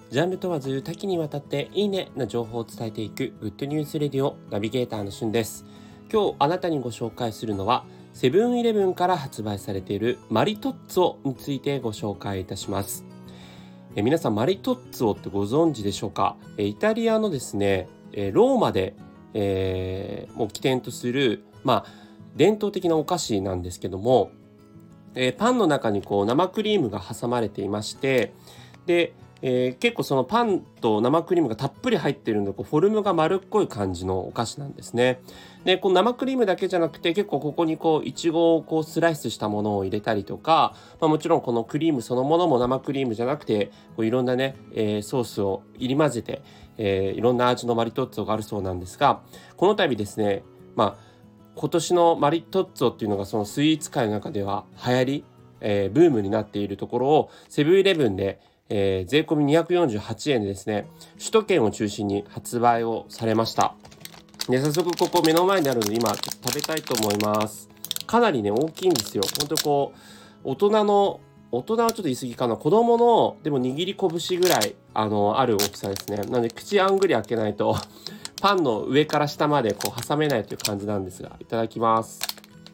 ジャンル問わず多岐にわたっていいねな情報を伝えていくグッドニュースレディオナビゲーターのしゅんです。今日あなたにご紹介するのはセブンイレブンから発売されているマリトッツォについてご紹介いたします。皆さんマリトッツォってご存知でしょうか？イタリアのですね、ローマで、もう起点とする、伝統的なお菓子なんですけども、パンの中に生クリームが挟まれていまして、で、結構そのパンと生クリームがたっぷり入っているのでフォルムが丸っこい感じのお菓子なんですね。でこの生クリームだけじゃなくて結構ここにいちごをスライスしたものを入れたりとか、もちろんこのクリームそのものも生クリームじゃなくていろんなね、ソースを入り混ぜて、いろんな味のマリトッツォがあるそうなんですが、この度ですね、今年のマリトッツォっていうのがそのスイーツ界の中では流行り、ブームになっているところをセブンイレブンで、税込み248円でですね、首都圏を中心に発売をされました。で早速ここ目の前にあるので今食べたいと思います。かなりね大きいんですよ。本当大人はちょっと言い過ぎかな、子供のでも握り拳ぐらいある大きさですね。なので口あんぐり開けないとパンの上から下まで挟めないという感じなんですが、いただきます。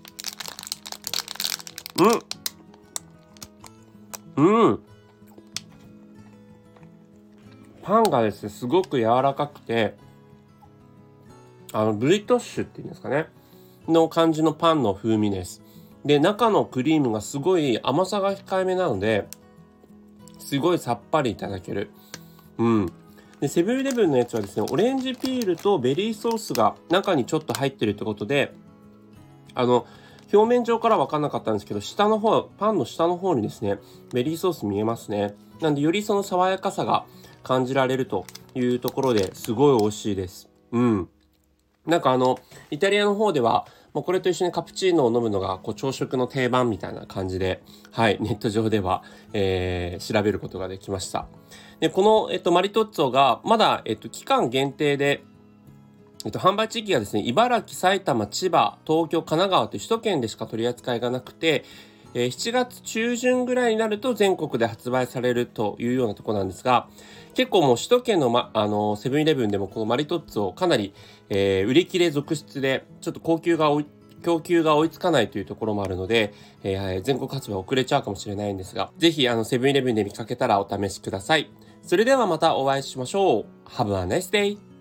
パンがですねすごく柔らかくて、ブリトッシュっていうんですかねの感じのパンの風味です。で中のクリームがすごい甘さが控えめなのですごいさっぱりいただける。でセブンイレブンのやつはですね、オレンジピールとベリーソースが中にちょっと入ってるってことで、表面上から分かんなかったんですけど、パンの下の方にですねベリーソース見えますね。なんでよりその爽やかさが感じられるというところですごい美味しいです。なんかイタリアの方ではこれと一緒にカプチーノを飲むのが朝食の定番みたいな感じで、ネット上では、調べることができました。でこの、マリトッツォがまだ、期間限定で、販売地域がですね茨城、埼玉、千葉、東京、神奈川という首都圏でしか取り扱いがなくて、7月中旬ぐらいになると全国で発売されるというようなところなんですが、結構もう首都圏の、セブンイレブンでもこのマリトッツォかなり、売り切れ続出でちょっと供給が追いつかないというところもあるので、全国発売遅れちゃうかもしれないんですが、ぜひセブンイレブンで見かけたらお試しください。それではまたお会いしましょう。Have a nice day!